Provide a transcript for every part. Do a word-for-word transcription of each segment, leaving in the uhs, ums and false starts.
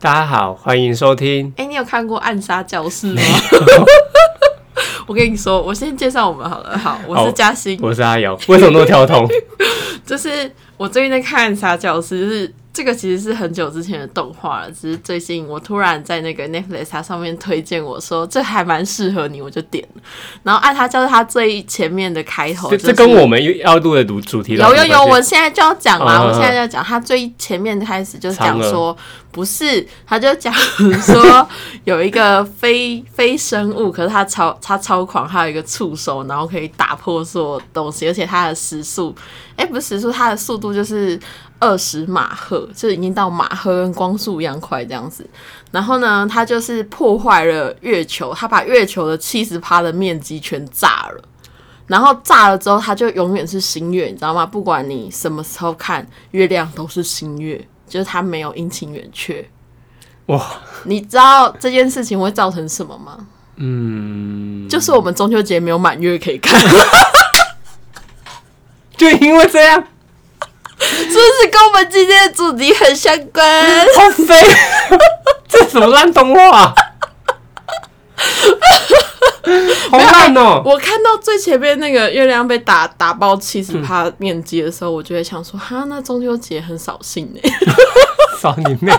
大家好，欢迎收听。 哎、欸，你有看过《暗杀教室》吗？我跟你说，我先介绍我们好了。好，我是嘉欣， 我是阿瑶。为什么那么跳通？ 就是我最近在看《暗杀教室》，就是这个其实是很久之前的动画了，只是最近我突然在那个 Netflix 它上面推荐我说这还蛮适合你，我就点了。然后《暗杀教室》它最前面的开头、就是， 这跟我们要录的主题有有有，我现在就要讲啦、嗯，我现在就要讲，它最前面开始就是讲说。不是，他就讲说有一个非非生物，可是他超他超狂，他有一个触手，然后可以打破所有东西，而且他的时速，哎、欸，不是时速，他的速度就是二十马赫，就是已经到马赫跟光速一样快这样子。然后呢，他就是破坏了月球，他把月球的 百分之七十 的面积全炸了。然后炸了之后，它就永远是新月，你知道吗？不管你什么时候看月亮，都是新月。就是它没有阴晴圆缺， 哇！ 你知道这件事情会造成什么吗？ 嗯， 就是我们中秋节没有满月可以看， 就因为这样， 是不是跟我们今天的主题很相关？ 好废，这什么烂动画？好烂哦！ 我看到最前面那个月亮被打打爆 百分之七十 面积的时候，我就会想说，哈，那中秋节很扫兴哎。 扫你妹！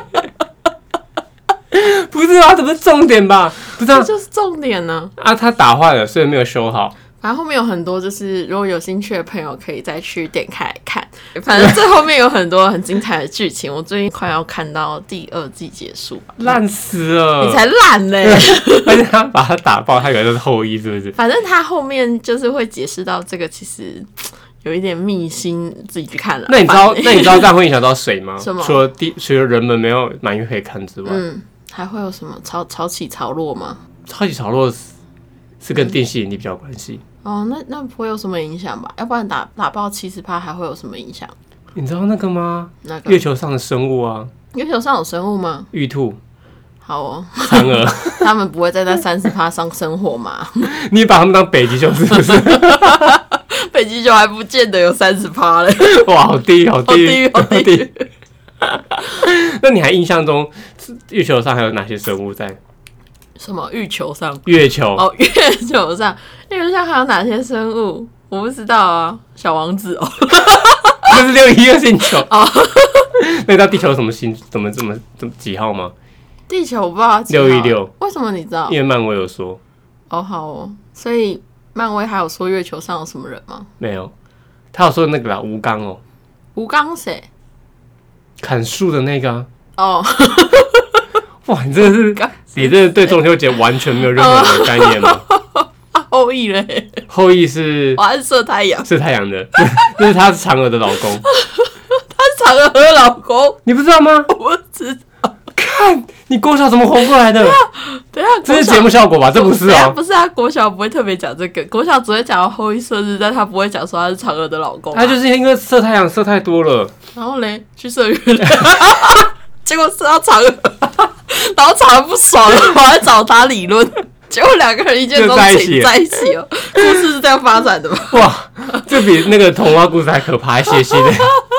不是啊，这不是重点吧？不是、啊， 这就是重点呢、 啊。啊，他打坏了，所以没有修好。 反正后面有很多，就是如果有兴趣的朋友可以再去点开来看。反正最后面有很多很精彩的剧情，我最近快要看到第二季结束吧， 烂死了！ 你才烂嘞、欸！ 而且他把他打爆，他以为这是后羿，是不是？ 反正他后面就是会解释到这个，其实有一点秘辛，自己去看了。 那你知道？那你知道这样会影响到谁吗？ 什么？ 除了地，除了人们没有满月可以看之外， 嗯，还会有什么潮潮起潮落吗？ 潮起潮落是跟电吸引力比较有关系。 哦，那那不会有什么影响吧？要不然打打爆 百分之七十 还会有什么影响？ 你知道那个吗？ 那个月球上的生物啊？ 月球上有生物吗？ 玉兔。 好哦， 嫦娥。 他们不会在那 百分之三十 上生活吗？ 你把他们当北极熊是不是？ 北极熊还不见得有 百分之三十 嘞。 哇，好低，好低， 好低，好低。 那你还印象中月球上还有哪些生物在？ 什么月球上？ 月球哦，月球上，月球上还有哪些生物？我不知道啊，小王子哦， 那是六一二星球哦。 那你知道地球什么星？怎么这么怎么几号吗？ 地球我不知道六一六。 为什么你知道？ 因为漫威有说。 哦，好哦，所以漫威还有说月球上有什么人吗？ 没有，他有说那个啦，吴刚哦。 吴刚谁？ 砍树的那个啊。 哦。 哇，你真的是，你真的对中秋节完全没有任何的概念吗？ 后羿嘞？ 后羿是我是射太阳， 射太阳的，这是他是嫦娥的老公。 他是嫦娥的老公， 你不知道吗？ 我不知道。 看你国小怎么活过来的？ 等一下， 这是节目效果吧？这不是哦， 不是啊，国小不会特别讲这个，国小只会讲到后羿射日，但他不会讲说他是嫦娥的老公、啊。 他就是因为射太阳射太多了， 然后嘞去射月亮，结果射到嫦娥。然后嫦娥不爽了，我还找他理论，结果两个人一见钟情在一起了。故事是这样发展的吗？ 哇，这比那个童话故事还可怕，还血腥的。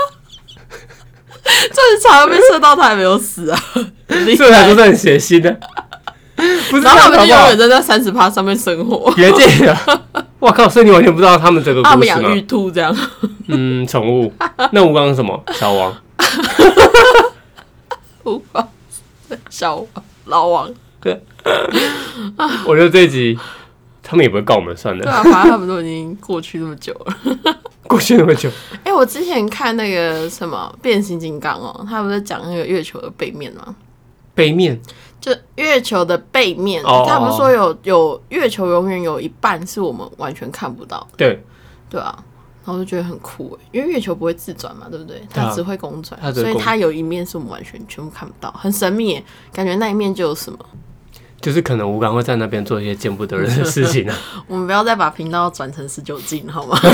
这是嫦娥被射到，他还没有死啊， 这才说是很血腥的。不是， 然后他们就永远在那 百分之三十 上面生活。 别这样，我靠！所以你完全不知道他们这个故事吗？ 他们养玉兔这样。 嗯，宠物。那吴刚是什么？小王。 吴刚。小王老王， 我觉得这一集他们也不会告我们算了。 对啊，反正他们都已经过去那么久了， 过去那么久。 哎、欸，我之前看那个什么变形金刚哦，他不是讲那个月球的背面吗？ 背面就月球的背面， 哦、 他不是说有有月球永远有一半是我们完全看不到。 对， 对啊。然后就觉得很酷哎，因为月球不会自转嘛，对不对？它只会公转， 啊、 所以它有一面是我们完全全部看不到，很神秘耶，感觉那一面就有什么。 就是可能吴刚会在那边做一些见不得人的事情啊。 我们不要再把频道转成十九禁好吗？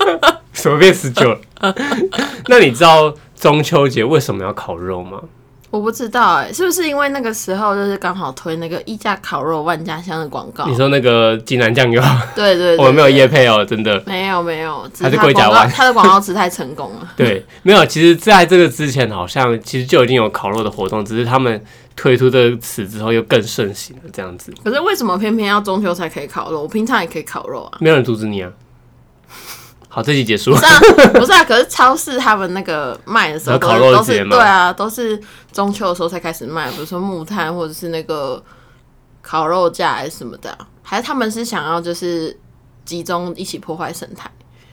什么变十九了？那你知道中秋节为什么要烤肉吗？ 我不知道哎、欸，是不是因为那个时候就是刚好推那个一家烤肉万家香的广告？ 你说那个济南酱油？ 对 对, 对, 对， 我们没有业配哦，真的没有没有， 还是龟甲湾， 他的广告词太成功了。 对，没有，其实在这个之前好像其实就已经有烤肉的活动，只是他们推出这个词之后又更盛行了这样子。 可是为什么偏偏要中秋才可以烤肉？我平常也可以烤肉啊， 没有人阻止你啊。好，这集结束。 不是啊，不是啊，可是超市他们那个卖的时候都是，都是对啊，都是中秋的时候才开始卖，比如说木炭或者是那个烤肉架还是什么的、啊，还是他们是想要就是集中一起破坏生态。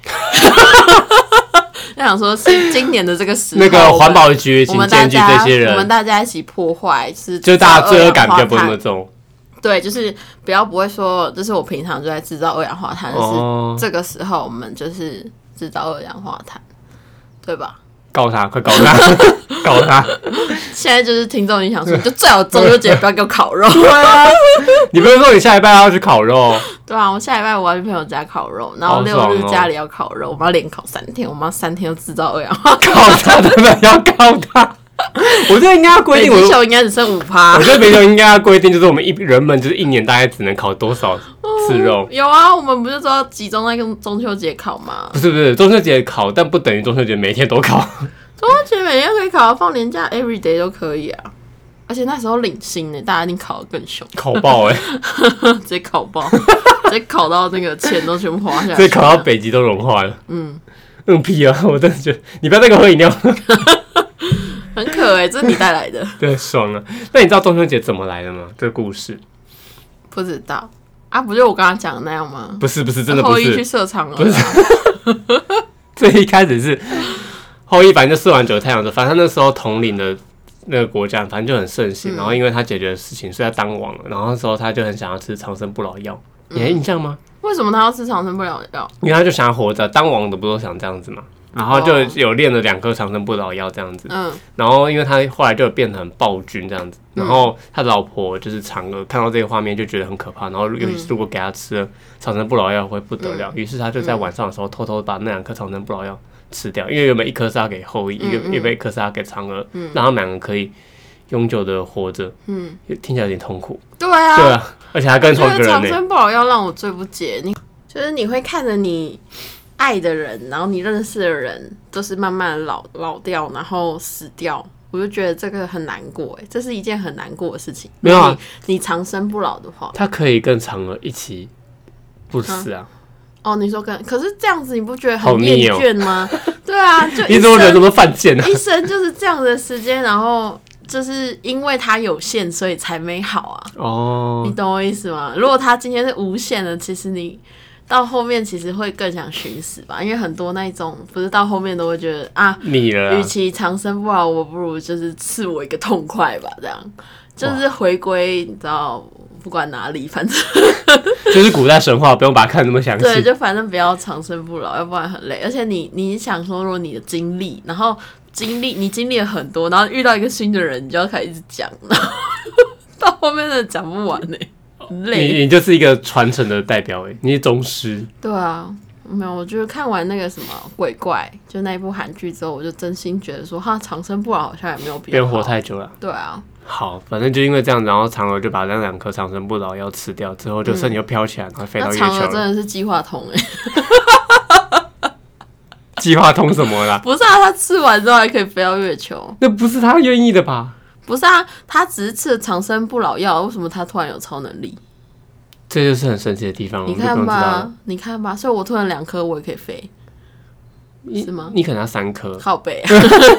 就想说是今年的这个时候， 那个环保局请检举这些人， 我们大家一起破坏，是就大家罪恶感比较不那么重。 对，就是不要不会说，就是我平常就在制造二氧化碳，但、哦、是这个时候我们就是制造二氧化碳，对吧？ 告他，快告他，告他！ 现在就是听众，你想说，就最好中秋节不要给我烤肉。 对啊，你不是说你下礼拜要去烤肉？ 对啊，我下礼拜我要去朋友家烤肉，然后六日家里要烤肉，我们要连烤三天，我们要三天都制造二氧化碳。 告他，真的要告他！我觉得应该要规定， 北极熊应该只剩五趴。 我觉得北极熊应该要规定，就是我们一人们就是一年大概只能烤多少次肉、哦？ 有啊，我们不是说要集中在中秋节烤吗？ 不是不是，中秋节烤，但不等于中秋节每天都烤。 中秋节每天可以烤，放年假 every day 都可以啊。而且那时候领薪呢，大家一定烤得更凶， 烤爆哎、 欸，直接烤爆，直接烤到那个钱都全部花下去， 直接烤到北极都融化了。嗯，嗯屁啊！我真的觉得你不要再给我喝饮料。 很可哎、欸，这是你带来的， 对，爽啊！那你知道中秋节怎么来的吗？这个故事不知道啊？不就我刚刚讲的那样吗？ 不是，不是，真的不是。 后羿去射嫦娥， 不是。最一开始是后羿，反正就射完九个太阳的，反正他那时候统领的那个国家，反正就很盛行。嗯、然后因为他解决的事情，所以他当王了。然后那时候他就很想要吃长生不老药，嗯、你还印象吗？ 为什么他要吃长生不老药？ 因为他就想要活着，当王的不都想这样子吗？然后就有炼了两颗长生不老药这样子，嗯，然后因为他后来就变得很暴君这样子，然后他老婆就是嫦娥看到这个画面就觉得很可怕，然后尤其是如果给他吃了长生不老药会不得了，于、嗯、是他就在晚上的时候偷偷把那两颗长生不老药吃掉，因为原本一颗是要给后羿，一个原本一颗是要给嫦娥，嗯、让他们两个可以永久的活着，嗯，听起来有点痛苦， 对啊， 对啊，而且还跟同一个人呢、欸。 长生不老药让我最不解，你就是你会看着你爱的人，然后你认识的人都是慢慢老老掉，然后死掉，我就觉得这个很难过哎，这是一件很难过的事情。 没有啊， 你, 你长生不老的话， 他可以跟嫦娥一起不死啊。 哦，你说跟，可是这样子你不觉得很厌倦吗？哦、对啊，就你怎么人怎么犯贱啊？ 一生就是这样的时间，然后就是因为它有限，所以才美好啊。哦，你懂我意思吗？如果它今天是无限的，其实你。到后面其实会更想寻死吧，因为很多那一种不是到后面都会觉得啊， 腻了， 与其长生不老，我不如就是赐我一个痛快吧，这样就是回归，你知道，不管哪里，反正就是古代神话，不用把它看那么详细。 对，就反正不要长生不老，要不然很累。而且你你想说，如果你的经历，然后经历你经历了很多，然后遇到一个新的人，你就要开始一直讲，然后到后面真的讲不完呢、欸。 你你就是一个传承的代表哎，你是宗师。 对啊，没有，我觉得看完那个什么鬼怪，就那一部韩剧之后，我就真心觉得说，哈，长生不老好像也没有比较好， 别活太久了。对啊。 好，反正就因为这样，然后嫦娥就把那两颗长生不老药吃掉，之后就身体又飘起来，然后飞到月球了。 那嫦娥真的是计划通哎。 计划通什么啦？ 不是啊，他吃完之后还可以飞到月球。 那不是他愿意的吧？ 不是啊，他只是吃了长生不老药，为什么他突然有超能力？ 这就是很神奇的地方。 你看吧，你看吧，所以我突然两颗我也可以飞，是吗？ 你可能要三颗， 靠北啊！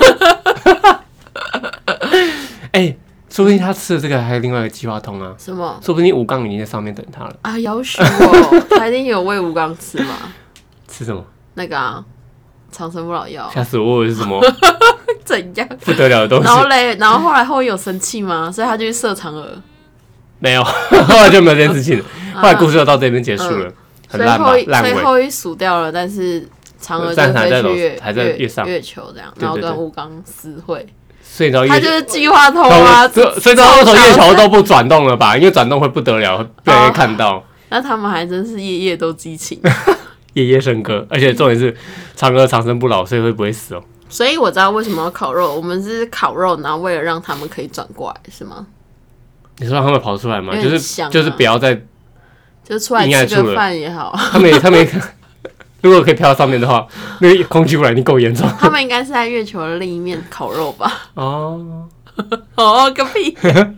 哎、欸，说不定他吃的这个还有另外一个计划通啊。 什么？ 说不定吴刚已经在上面等他了啊！要许哦，他一定有喂吴刚吃嘛？ 吃什么？ 那个啊，长生不老药。 吓死我！我是什么？ 怎样？ 不得了的东西。 然后嘞，然后后来后羿有生气吗？所以他就去射嫦娥。 没有，后来就没有这件事情了。后来故事就到这边结束了，嗯、很烂吧？烂尾。 所以后羿数掉了，但是嫦娥就飞去月还在月上月球这样，然后跟吴刚私会。 所以到他就是计划通啊， 所以到为什么月球都不转动了吧？因为转动会不得了，会被人看到。哦、 那他们还真是夜夜都激情， 夜夜笙歌，而且重点是嫦娥长生不老，所以会不会死哦？ 所以我知道为什么要烤肉，我们是烤肉，然后为了让他们可以转过来，是吗？ 你说让他们跑出来吗？ 啊、 就是就是不要再就出来吃个饭也好。 他们也他们也如果可以飘到上面的话，那个空气污染一定够严重。 他们应该是在月球的另一面烤肉吧？ 哦哦，个屁！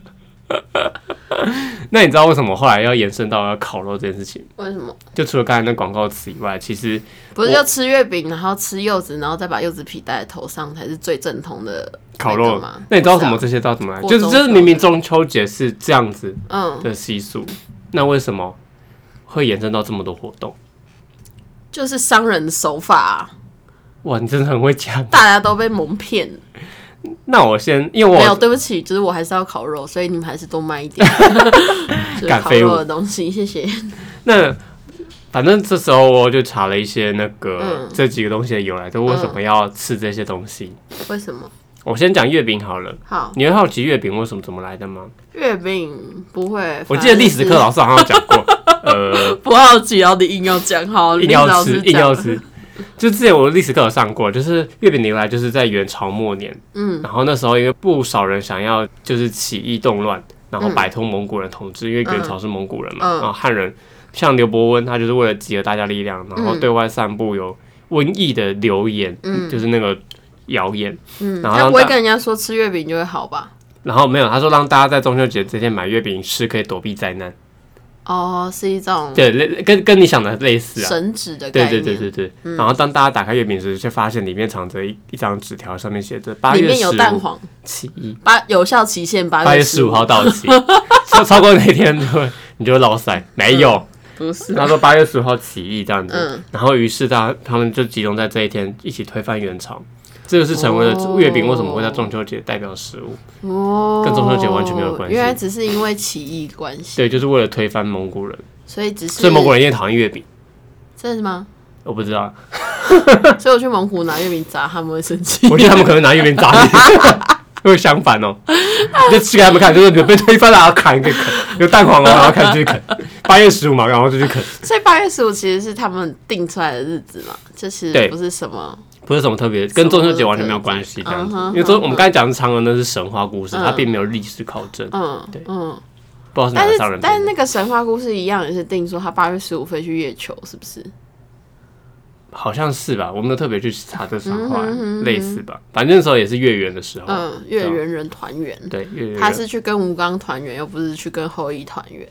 那你知道为什么后来要延伸到要烤肉这件事情？ 为什么？ 就除了刚才那广告词以外，其实不是就吃月饼，然后吃柚子，然后再把柚子皮戴在头上，才是最正统的烤肉吗？ 那你知道什么这些到怎么来？就是就是明明中秋节是这样子的习俗，嗯、那为什么会延伸到这么多活动？ 就是商人的手法、啊。 哇，你真的很会讲， 大家都被蒙骗。 那我先，因为我没有，对不起，就是我还是要烤肉，所以你们还是多卖一点，就是烤肉的东西，谢谢。 那反正这时候我就查了一些那个、嗯、这几个东西的由来，就为什么要吃这些东西？ 嗯、为什么？ 我先讲月饼好了。 好， 你会好奇月饼为什么怎么来的吗？ 月饼不会， 我记得历史课老师好像有讲过。呃， 不好奇，然后你硬要讲，好， 硬要吃，硬要吃。就之前我历史课有上过，就是月饼的由来就是在元朝末年，嗯，然后那时候因为不少人想要就是起义动乱，然后摆脱蒙古人统治，嗯、因为元朝是蒙古人嘛，嗯、然后汉人像刘伯温，他就是为了集合大家力量，然后对外散布有瘟疫的流言，嗯、就是那个谣言， 嗯，然后他不会跟人家说吃月饼就会好吧？ 然后没有，他说让大家在中秋节这天买月饼吃，可以躲避灾难。 哦，是一种对，跟跟你想的类似啊， 神旨的概念。 对对对对对。嗯、然后当大家打开月饼时，就发现里面藏着一一张纸条，上面写着八月十五起义， 八有效期限八月十五号到期，超超过那天就会你就会落塞。没有，嗯、 不是。 他说八月十五号起义这样子，嗯、然后于是他他们就集中在这一天一起推翻元朝。这个是成为了月饼为什么会在中秋节代表食物，哦，跟中秋节完全没有关系。 原来只是因为起义关系。 对，就是为了推翻蒙古人， 所以只是所以蒙古人也讨厌月饼。 真的吗？ 我不知道。 所以我去蒙古拿月饼砸他们会生气。 我觉得他们可能拿月饼砸你，会相反哦。你就吃给他们看，就是你被推翻了，然后砍一个啃，有蛋黄哦，然后开始去啃。八月十五嘛，然后就去啃。 所以八月十五其实是他们定出来的日子嘛，这其实不是什么。 不是什么特别，跟中秋节完全没有关系，这样子。因为中我们刚才讲的嫦娥那是神话故事，它并没有历史考证。嗯，对，嗯，不知道是哪个商人。 但是那个神话故事一样，也是定说他八月十五飞去月球，是不是？ 好像是吧，我没有特别去查这神话，类似吧。反正那时候也是月圆的时候， 嗯，月圆人团圆。 对，月圆。 他是去跟吴刚团圆，又不是去跟后羿团圆。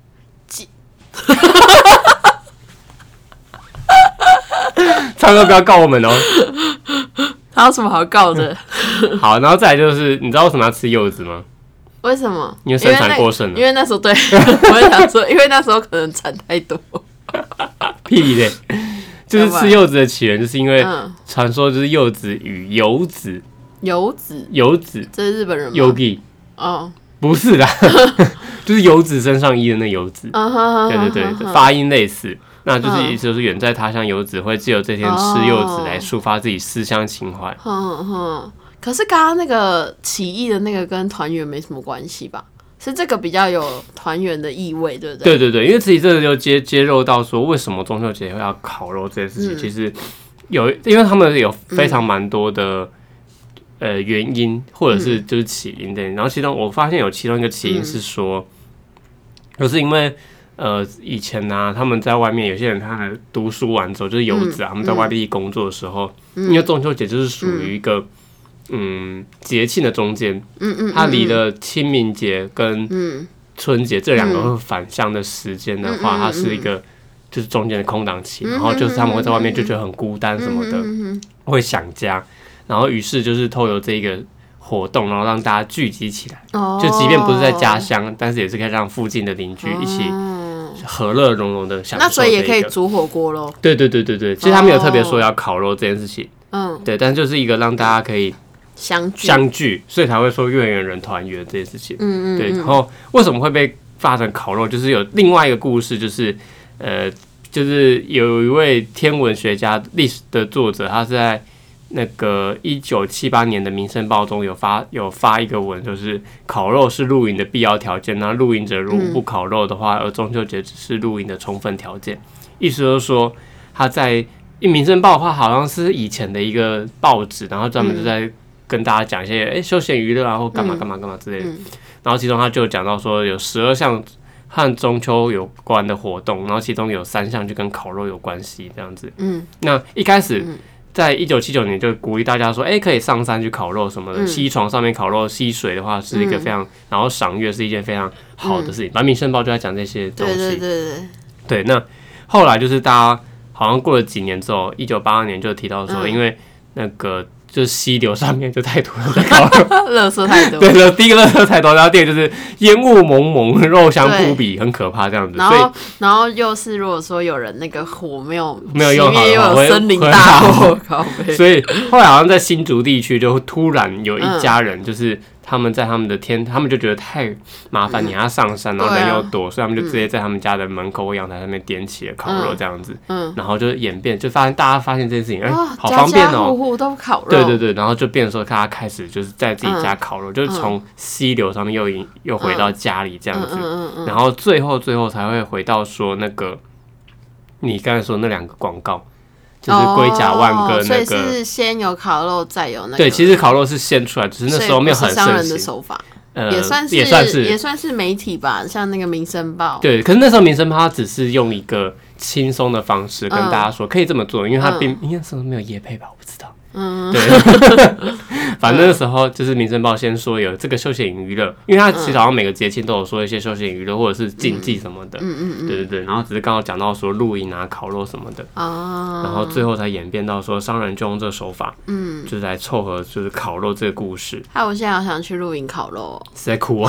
唱歌不要告我们哦！ 他有什么好告的？ 好，然后再来就是，你知道为什么要吃柚子吗？ 为什么？ 因为生产过剩了。 因为那时候对，我也想说，因为那时候可能产太多。 屁嘞！就是吃柚子的起源，就是因为传说就是柚子与游子。 游子。 游子。 这是日本人吗 ？Yogi。哦。不是啦，就是游子身上衣的那游子。对对对，发音类似。那就是意思就是远在他乡游子会藉由这天吃柚子来抒发自己思乡情怀。 哼哼，可是刚刚那个起义的那个跟团圆没什么关系吧？是这个比较有团圆的意味，对不对？ 对对对，因为其实这个就揭揭露到说为什么中秋节会要烤肉这件事情，嗯、其实有因为他们有非常蛮多的、嗯、呃原因或者是就是起因的，然后其中我发现有其中一个起因是说，嗯、就是因为。呃，以前呢、啊，他们在外面有些人他读书完之后，就是游子啊，嗯、他们在外地工作的时候，嗯、因为中秋节就是属于一个嗯节庆的中间，嗯嗯，它离了清明节跟春节这两个会返乡的时间的话，嗯、它是一个就是中间的空档期，嗯、然后就是他们会在外面就觉得很孤单什么的，嗯、会想家，然后于是就是透过这个活动，然后让大家聚集起来，哦、就即便不是在家乡，但是也是可以让附近的邻居一起。和乐融融的享受， 那所以也可以煮火锅咯。 对对对对对，其实他没有特别说要烤肉这件事情，嗯，对，但就是一个让大家可以相聚相聚，所以才会说月圆人团圆这件事情。嗯嗯，对。然后为什么会被发成烤肉？就是有另外一个故事，就是呃，就是有一位天文学家、历史的作者，他是在那个一九七八年的《民生报》中有发有发一个文，就是烤肉是露营的必要条件，那露营者如不烤肉的话，而中秋节只是露营的充分条件。意思就是说，他在 《民生报》的话，好像是以前的一个报纸，然后专门就在跟大家讲一些哎、欸、休闲娱乐啊，或干嘛干嘛干嘛之类的。嗯、然后其中他就讲到说，有十二项和中秋有关的活动，然后其中有三项就跟烤肉有关系，这样子。嗯，那一开始。嗯在一九七九年就鼓励大家说，哎、欸，可以上山去烤肉什么的，溪、嗯、床上面烤肉、溪水的话是一个非常，嗯、然后赏月是一件非常好的事情。反正《民生报》就在讲这些东西。 对对对对。 对，那后来就是大家好像过了几年之后，一九八二年就提到说，嗯、因为那个。就是溪流上面就太多人在烤肉， 垃圾太多。 对，第一个垃圾太多，然后第二个就是烟雾蒙蒙，肉香扑鼻，很可怕这样子。 然后，然后又是如果说有人那个火没有没有用好， 又有森林大火， 所以后来好像在新竹地区就突然有一家人，就是他们在他们的天，他们就觉得太麻烦，你还要上山，然后人又多，所以他们就直接在他们家的门口或阳台上面点起了烤肉这样子。嗯，然后就演变，就发现大家发现这件事情，哎，好方便哦， 家家户户都烤肉。 对对对，然后就变成说，大家开始就是在自己家烤肉，就是从溪流上面又又回到家里这样子，然后最后最后才会回到说那个你刚才说那两个广告。就是龟甲万跟那个、 哦，所以是先有烤肉，再有那个。 对，其实烤肉是先出来，只是那时候没有很盛行。 商人的手法，呃，也算是也算是也算是媒体吧，像那个《民生报》。 对，可是那时候《民生报》它只是用一个轻松的方式跟大家说、嗯、可以这么做，因为它并、嗯、应该是没有业配吧，我不知道。嗯，对，反正那时候就是《民生报》先说有这个休闲娱乐，因为它其实好像每个节庆都有说一些休闲娱乐或者是竞技什么的，嗯嗯嗯，对对对，然后只是刚好讲到说露营啊、烤肉什么的，哦，然后最后才演变到说商人就用这个手法，嗯，就是来凑合就是烤肉这个故事。 害我现在好想去露营烤肉、哦， 是在哭啊！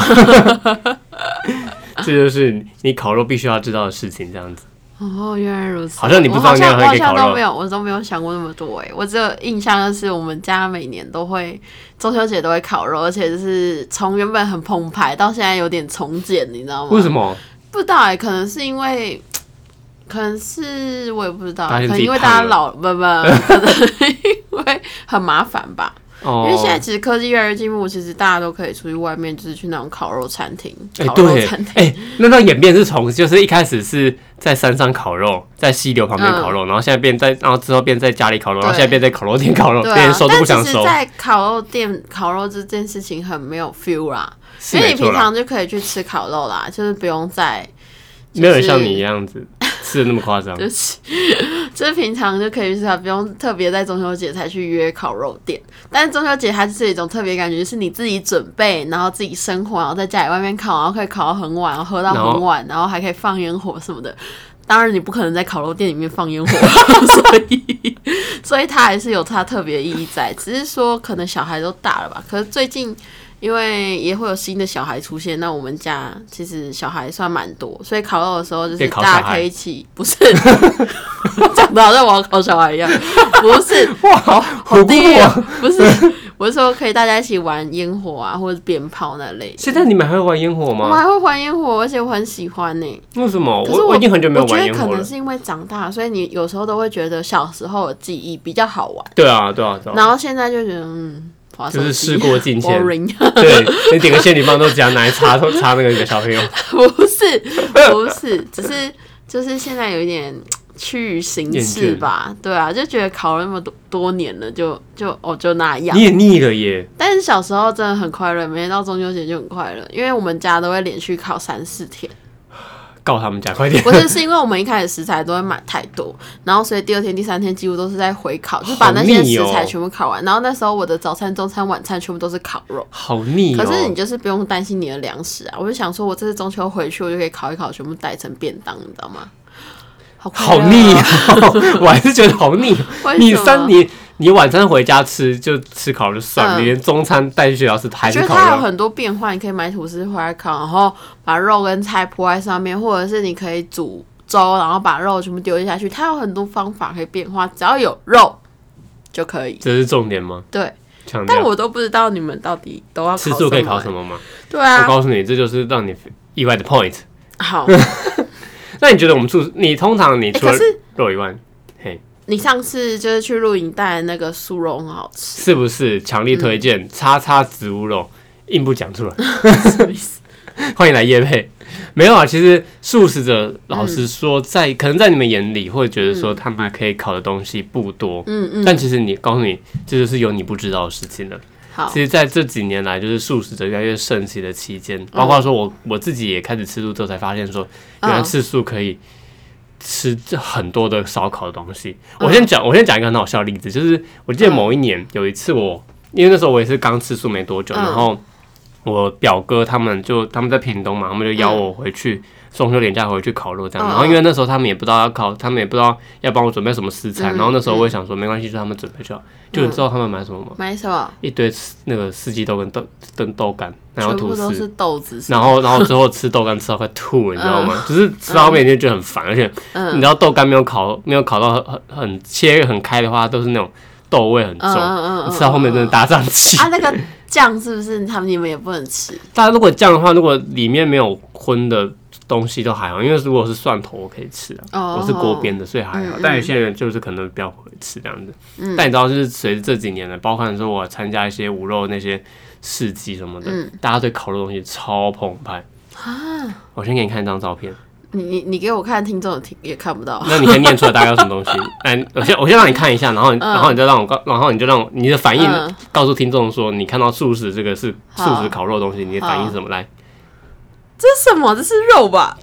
这就是你烤肉必须要知道的事情，这样子。 哦，原来如此。 好像你不知道你要可以烤肉， 我好像都没有，我都没有想过那么多哎。我只有印象就是我们家每年都会中秋节都会烤肉，而且就是从原本很澎湃到现在有点从简，你知道吗？ 为什么？ 不知道哎，可能是因为，可能是我也不知道，可能因为大家老不不，可能因为很麻烦吧。因为现在其实科技越来越进步，其实大家都可以出去外面，就是去那种烤肉餐厅、欸、烤肉餐厅。哎、欸， 那那演变是从就是一开始是在山上烤肉，在溪流旁边烤肉、嗯，然后现在变在，然后之后变在家里烤肉，然后现在变在烤肉店烤肉，连、啊、收都不想收。但其实， 在烤肉店烤肉这件事情很没有 feel 啦，因为你平常就可以去吃烤肉啦，就是不用再、就是、 没有人像你一样子。吃的那么夸张， 对不起，就是平常就可以去吃，不用特别在中秋节才去约烤肉店。但是中秋节它就是一种特别感觉，就是你自己准备，然后自己生火，然后在家里外面烤，然后可以烤到很晚，然后喝到很晚，然后还可以放烟火什么的。当然你不可能在烤肉店里面放烟火，所以所以它还是有它特别意义在。只是说可能小孩都大了吧，可是最近。因为也会有新的小孩出现，那我们家其实小孩算蛮多，所以烤肉的时候就是大家可以一起，不是讲的好像我要烤小孩一样，不是哇，好好低哦，不是，我是说可以大家一起玩烟火啊，或者鞭炮那类。 现在你们还会玩烟火吗？ 我们还会玩烟火，而且我很喜欢呢、欸。 为什么？ 可是 我, 我已经很久没有玩烟火了。 我觉得可能是因为长大，所以你有时候都会觉得小时候的记忆比较好玩。 对啊，对啊，对啊。 然后现在就觉得嗯。 就是事过境迁，对，你点个仙女棒都只要拿来插插那个小朋友， 不是不是，只是就是现在有一点趋于形式吧，对啊，就觉得烤了那么多多年了，就就哦就那样， 你也腻了耶。 但是小时候真的很快乐，每天到中秋节就很快乐，因为我们家都会连续烤三四天。 告他们家快点！ 不是，是因为我们一开始食材都会买太多，然后所以第二天、第三天几乎都是在回烤，就把那些食材全部烤完。哦、然后那时候我的早餐、中餐、晚餐全部都是烤肉， 好腻哦。 可是你就是不用担心你的粮食啊！我就想说，我这次中秋回去，我就可以烤一烤，全部带成便当，你知道吗？好, 好腻哦！我还是觉得好腻。你三你。你晚餐回家吃就吃烤就算了、嗯，你连中餐带去学校吃还是烤肉。 我觉得它有很多变化，你可以买吐司回来烤，然后把肉跟菜铺在上面，或者是你可以煮粥，然后把肉全部丢下去。它有很多方法可以变化，只要有肉就可以。 这是重点吗？ 对。但我都不知道你们到底都要烤什么、欸、吃素可以烤什么吗？ 对啊， 我告诉你，这就是让你意外的 point。 好， 那你觉得我们素，你通常你除了肉以外，欸、嘿。 你上次就是去露营带的那个素肉很好吃， 是不是？强力推荐，叉叉植物肉，硬不讲出来， 什么意思？ 欢迎来业配， 没有啊，其实素食者老实说在，在、嗯、可能在你们眼里会觉得说他们可以烤的东西不多，嗯嗯，但其实你告诉你，这就是有你不知道的事情了。好，其实在这几年来，就是素食者越来越盛行的期间，包括说我我自己也开始吃素之后，才发现说，原来吃素可以吃很多的烧烤的东西。嗯、我先讲，我先讲一个很好笑的例子，就是我记得某一年、嗯、有一次我，因为那时候我也是刚吃素没多久，嗯、然后。我表哥他们就他们在屏东嘛，他们就邀我回去中秋连假回去烤肉这样。嗯、然后因为那时候他们也不知道要烤，他们也不知道要帮我准备什么食材。嗯、然后那时候我也想说没关系，就他们准备就好。就你知道他们买什么吗？ 买什么？ 一堆那个四季豆跟豆跟豆干，然后吐司， 全部都是豆子是。 然后然后最后吃豆干吃到快吐了，你知道吗？嗯、就是吃到后面就觉得很烦，而且你知道豆干没有烤没有烤到很很切很开的话，都是那种豆味很重，嗯嗯嗯、吃到后面真的大胀气。 啊，那个酱是不是他们你们也不能吃？ 大家如果酱的话，如果里面没有荤的东西都还好，因为如果是蒜头我可以吃啊，哦、我是锅边的，所以还好。嗯、但有些人就是可能不要会吃这样子。嗯、但你知道，就是随着这几年的，包括说我参加一些无肉那些市集什么的，嗯、大家对烤肉东西超澎湃啊！我先给你看一张照片。 你你你给我看，听众也看不到。 那你可以念出来大概有什么东西？哎，我先我先让你看一下，然后、嗯、然后你再让我告，然后你就让我你的反应、嗯、告诉听众说，你看到素食这个是素食烤肉的东西，你的反应是什么？来， 这是什么？这是肉吧？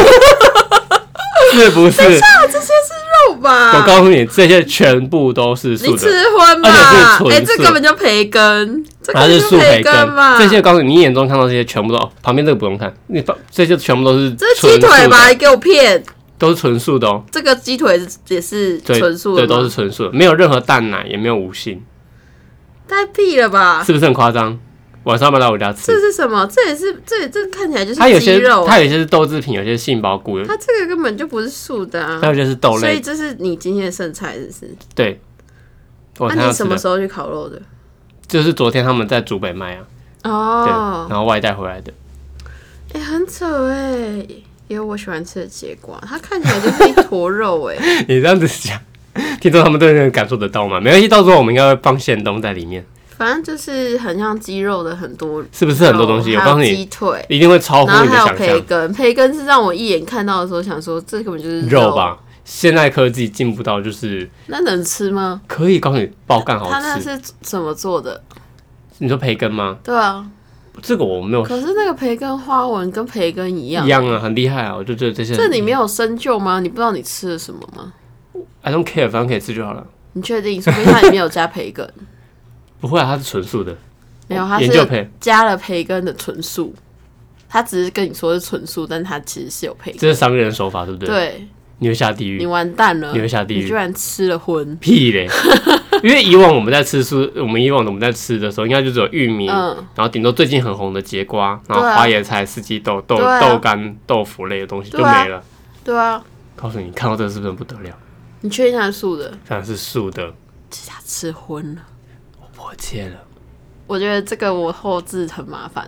是不是？ 等一下，这些是肉吧？ 我告诉你，这些全部都是素的。 你吃荤吧？哎、欸，这根本就培根，这根本就培根嘛。 这些告诉你，你眼中看到这些全部都，旁边这个不用看，你这些全部都是。 这是鸡腿吧？你给我骗！ 都是纯素的哦。 这个鸡腿也是纯素的对，对，都是纯素的，没有任何蛋奶，也没有无性。 太屁了吧？ 是不是很夸张？晚上要不要来我家吃？ 这是什么？这也是这这看起来就是它有些鸡肉， 它有些是豆制品，有些是杏鲍菇。 它这个根本就不是素的啊！ 它有些是豆类， 所以这是你今天的剩菜，是不是？ 对。 那、啊、你什么时候去烤肉的？ 就是昨天他们在竹北卖啊。哦。对，然后外带回来的。 哎、欸，很扯哎、欸！也有我喜欢吃的节瓜，它看起来就是一坨肉哎、 欸。你这样子讲，听众他们都能感受得到吗？没关系，到时候我们应该会放现东在里面。 反正就是很像鸡肉的很多， 是不是很多东西？我告诉你， 鸡腿一定会超乎你的想象。 然后还有培根，培根是让我一眼看到的时候想说，这根本就是肉, 肉吧？现在科技进步到就是， 那能吃吗？ 可以，告诉你，爆干好吃。 它那是怎么做的？ 你说培根吗？ 对啊， 这个我没有。 可是那个培根花纹跟培根一样， 一样啊，很厉害啊！我就觉得这些。 这你没有深究吗？你不知道你吃了什么吗 ？I don't care，反正可以吃就好了。 你确定？除非它里面有加培根。 不会啊，它是纯素的。 没有，它是加了培根的纯素。它只是跟你说是纯素，但它其实是有培根。 这是商人手法，对不对？ 对。 你会下地狱， 你完蛋了， 你会下地狱， 你居然吃了荤， 屁嘞！因为以往我们在吃素，我们以往我们在吃的时候，应该就只有玉米，嗯、然后顶多最近很红的节瓜，然后花椰菜、四季豆、豆、啊、豆干、豆腐类的东西就没了。 对啊， 告诉你，看到这个是不是很不得了？ 你确定它是素的？ 当然是素的。 其实他吃荤了， 我破戒了。 我觉得这个我后置很麻烦。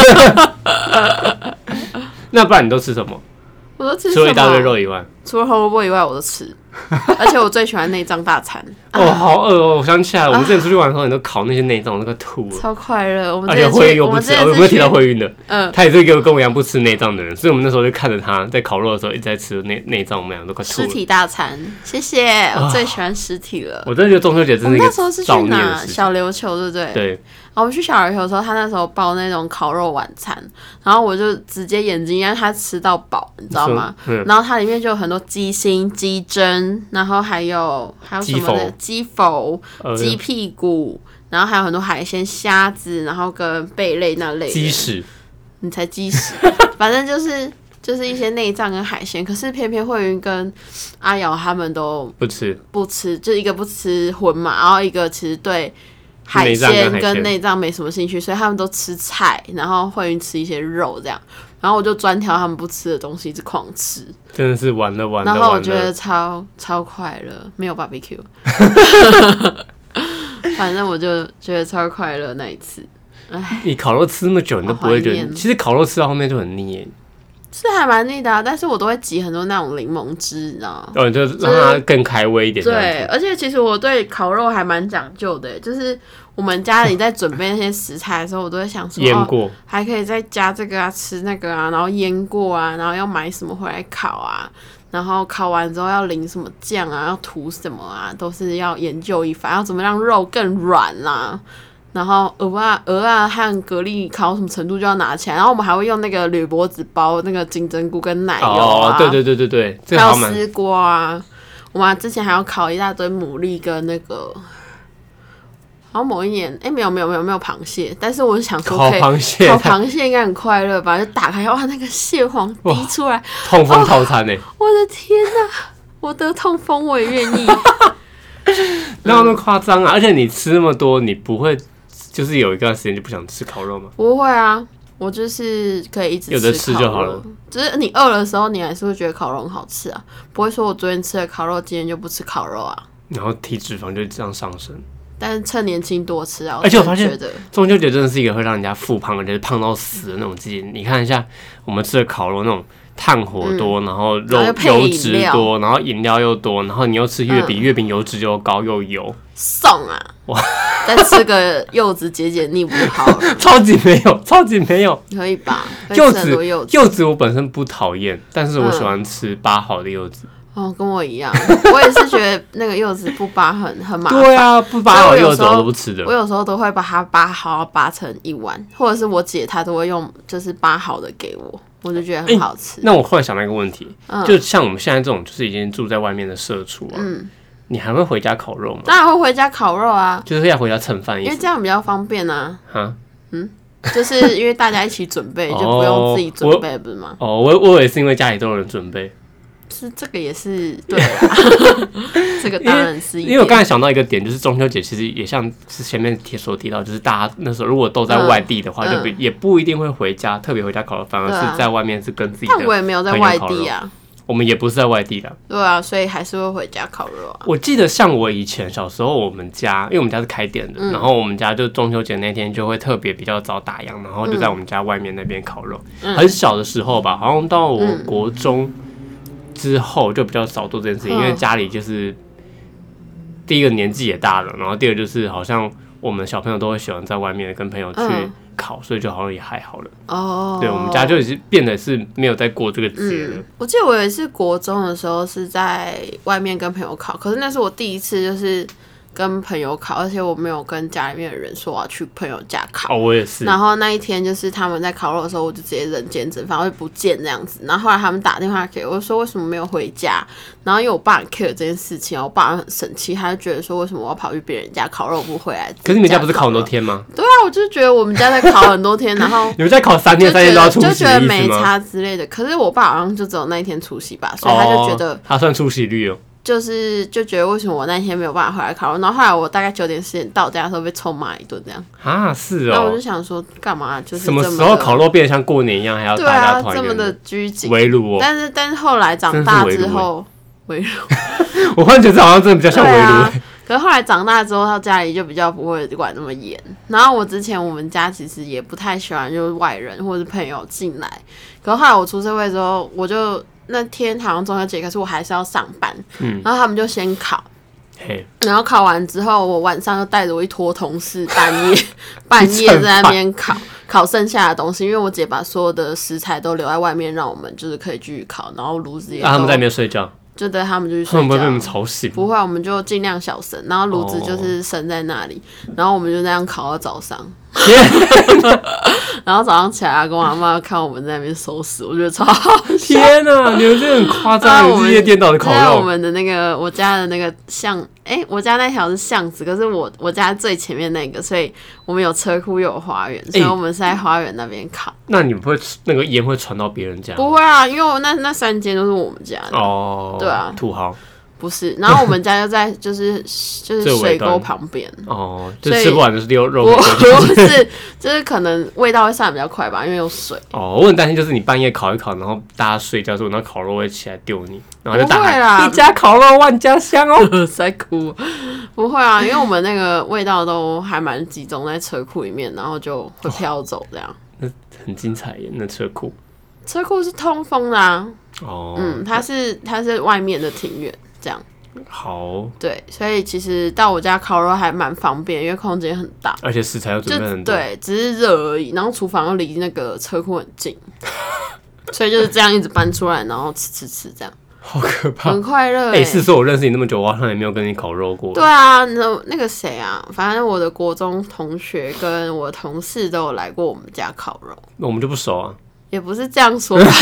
那不然你都吃什么？ 我都吃什么？ 除了一大堆肉以外， 除了红萝卜以外，我都吃。而且我最喜欢内脏大餐。 哦，好饿哦！我想起来了，我们之前出去玩的时候，你都烤那些内脏，我都快吐了。 超快乐！我们而且慧晕又不吃，我有没有提到慧晕的？嗯，他也是一个跟我一样不吃内脏的人，所以我们那时候就看着他在烤肉的时候一直在吃内内脏，我们俩都快吐了。 尸体大餐，谢谢！我最喜欢尸体了。 我真的觉得中秋节真的一个那时候是去哪？小琉球，对不对？ 对。 我们去小琉球的时候，他那时候包那种烤肉晚餐，然后我就直接眼睛让他吃到饱，你知道吗？嗯、然后它里面就有很多鸡心、鸡胗，然后还有还有什么的鸡否、鸡屁股，然后还有很多海鲜、虾子，然后跟贝类那类的。 鸡屎， 你才鸡屎，反正就是就是一些内脏跟海鲜。可是偏偏慧云跟阿瑶他们都不吃， 不吃，就一个不吃荤嘛，然后一个其实对海鲜跟内脏没什么兴趣，所以他们都吃菜，然后慧云吃一些肉这样，然后我就专挑他们不吃的东西一直狂吃， 真的是完了完了。 然后我觉得超超快乐，没有 barbecue， 反正我就觉得超快乐那一次。 你烤肉吃那么久，你都不会觉得？其实烤肉吃到后面就很腻耶。 是还蛮腻的、啊，但是我都会挤很多那种柠檬汁，你知道吗？ 哦，就让它更开胃一点。 对，而且其实我对烤肉还蛮讲究的，就是我们家里在准备那些食材的时候，我都会想说， 腌过、 哦，还可以再加这个啊，吃那个啊，然后腌过啊，然后要买什么回来烤啊，然后烤完之后要淋什么酱啊，要涂什么啊，都是要研究一番，要怎么让肉更软啦、啊。然后鹅啊鹅啊和蛤蜊烤什么程度就要拿起来，然后我们还会用那个铝箔纸包那个金针菇跟奶油啊， 哦，对对对对对，这还有丝瓜啊。我们之前还要烤一大堆牡蛎跟那个，好像某一年，哎、欸，没有没有没有没有螃蟹，但是我想说可以烤螃蟹， 烤螃蟹应该很快乐吧？就打开哇，那个蟹黄滴出来， 痛风套餐呢、欸哦？ 我的天哪、啊，我得痛风我也愿意。 哪有那么夸张啊？而且你吃那么多，你不会就是有一段时间就不想吃烤肉吗？ 不会啊，我就是可以一直吃烤肉， 有的吃就好了。 就是你饿的时候，你还是会觉得烤肉很好吃啊，不会说我昨天吃了烤肉，今天就不吃烤肉啊。 然后体脂肪就这样上升。 但是趁年轻多吃啊！ 而且我发现中秋节真的是一个会让人家复胖，而且是胖到死的那种季节。你看一下我们吃的烤肉那种炭火多，嗯、然后肉油脂多，然后饮料又多，然后你又吃月饼，嗯、月饼油脂又高又油， 送啊！哇！再吃个柚子解解腻不就好了？ 超级没有，超级没有， 可以吧？ 柚子柚子我本身不讨厌，但是我喜欢吃八好的柚子。嗯哦，跟我一样，我也是觉得那个柚子不扒很很麻烦。 对啊，不扒好柚子我都不吃的。 我有时候都会把它扒好，扒成一碗，或者是我姐她都会用就是扒好的给我，我就觉得很好吃。 欸、那我忽然想到一个问题，嗯、就像我们现在这种就是已经住在外面的社畜啊，嗯，你还会回家烤肉吗？ 当然会回家烤肉啊， 就是要回家蹭饭， 因为这样比较方便啊。哈，嗯。就是因为大家一起准备，就不用自己准备，不是吗？ 哦，我我也是因为家里都有人准备。 是这个也是对啦，这个当然是一因为我刚才想到一个点，就是中秋节其实也像是前面所提到，就是大家那时候如果都在外地的话，嗯、就也不一定会回家，特别回家烤肉，反而是在外面是跟自己的朋友烤肉。 但我也没有在外地啊， 我们也不是在外地的。 对啊，所以还是会回家烤肉啊。 我记得像我以前小时候，我们家因为我们家是开店的，嗯、然后我们家就中秋节那天就会特别比较早打烊，然后就在我们家外面那边烤肉。嗯、很小的时候吧，好像到我国中。嗯之后就比较少做这件事情，因为家里就是第一个年纪也大了，然后第二个就是好像我们小朋友都会喜欢在外面跟朋友去烤，嗯、所以就好像也还好了。哦，对，我们家就已经变得是没有在过这个节了。嗯、 我记得我有一次国中的时候是在外面跟朋友烤，可是那是我第一次就是跟朋友烤，而且我没有跟家里面的人说我要去朋友家烤。 哦，我也是。 然后那一天就是他们在烤肉的时候，我就直接人间蒸发，我就不见这样子。然后后来他们打电话给我，我说为什么没有回家？然后因为我爸很 care 这件事情，我爸很生气，他就觉得说为什么我要跑去别人家烤肉不回来？ 可是你们家不是烤很多天吗？ 对啊，我就觉得我们家在烤很多天，然后你们在烤三天，三天都要出席， 就觉得没差之类的。可是我爸好像就只有那一天出席吧，所以他就觉得、哦、 他算出席率哦。 就是就觉得为什么我那天没有办法回来烤肉，然后后来我大概九点十点到家的时候被臭骂一顿这样啊，是哦。 那我就想说干嘛？就是什么时候烤肉变得像过年一样，还要大家团圆？ 对啊，这么的拘谨围炉哦。 但是但是后来长大之后，围炉， 我忽然觉得好像真的比较像围炉、 啊。可是后来长大之后，到家里就比较不会管那么严。然后我之前我们家其实也不太喜欢就是外人或者是朋友进来。可是后来我出社会之后，我就。那天好像中秋节，可是我还是要上班，嗯、然后他们就先烤，然后烤完之后，我晚上就带着我一坨同事半夜半夜在那边烤烤剩下的东西，因为我姐把所有的食材都留在外面，让我们就是可以继续烤，然后炉子也都。 啊，他们在那边睡觉。 就对他们就去睡觉， 他们不会被你们吵醒。 不会，我们就尽量小声，然后炉子就是升在那里，哦、然后我们就那样烤到早上。然后早上起来跟我阿妈看我们在那边收拾，我觉得超好笑。 天哪，你们这很夸张，你们日夜颠倒的烤肉。 在我们的那个我家的那个巷，哎、欸，我家那条是巷子，可是我我家最前面那个，所以我们有车库又有花园，所以我们是在花园那边烤。欸、 那你们不会那个烟会传到别人家？ 不会啊，因为我那那三间都是我们家的。哦，对啊， 土豪。 不是，然后我们家就在就是就是水沟旁边哦，就吃不完就是丢肉。 不是，就是可能味道会散比较快吧，因为有水。 哦，我很担心，就是你半夜烤一烤，然后大家睡觉之后，然后烤肉会起来丢你，然后就打开一家烤肉万家香哦， 在哭。不会啊，因为我们那个味道都还蛮集中在车库里面，然后就会飘走这样。 那很精彩耶，那车库。 车库是通风的啊。哦。嗯，它是它是外面的庭院。这样， 好， 对，所以其实到我家烤肉还蛮方便，因为空间很大， 而且食材又准备很多， 对，只是热而已。然后厨房又离那个车库很近，所以就是这样一直搬出来，然后吃吃吃这样。 好可怕， 很快乐。哎、 欸，是说我认识你那么久，我好像也没有跟你烤肉过。 对啊，那那个谁啊，反正我的国中同学跟我同事都有来过我们家烤肉。 那我们就不熟啊。 也不是这样说吧，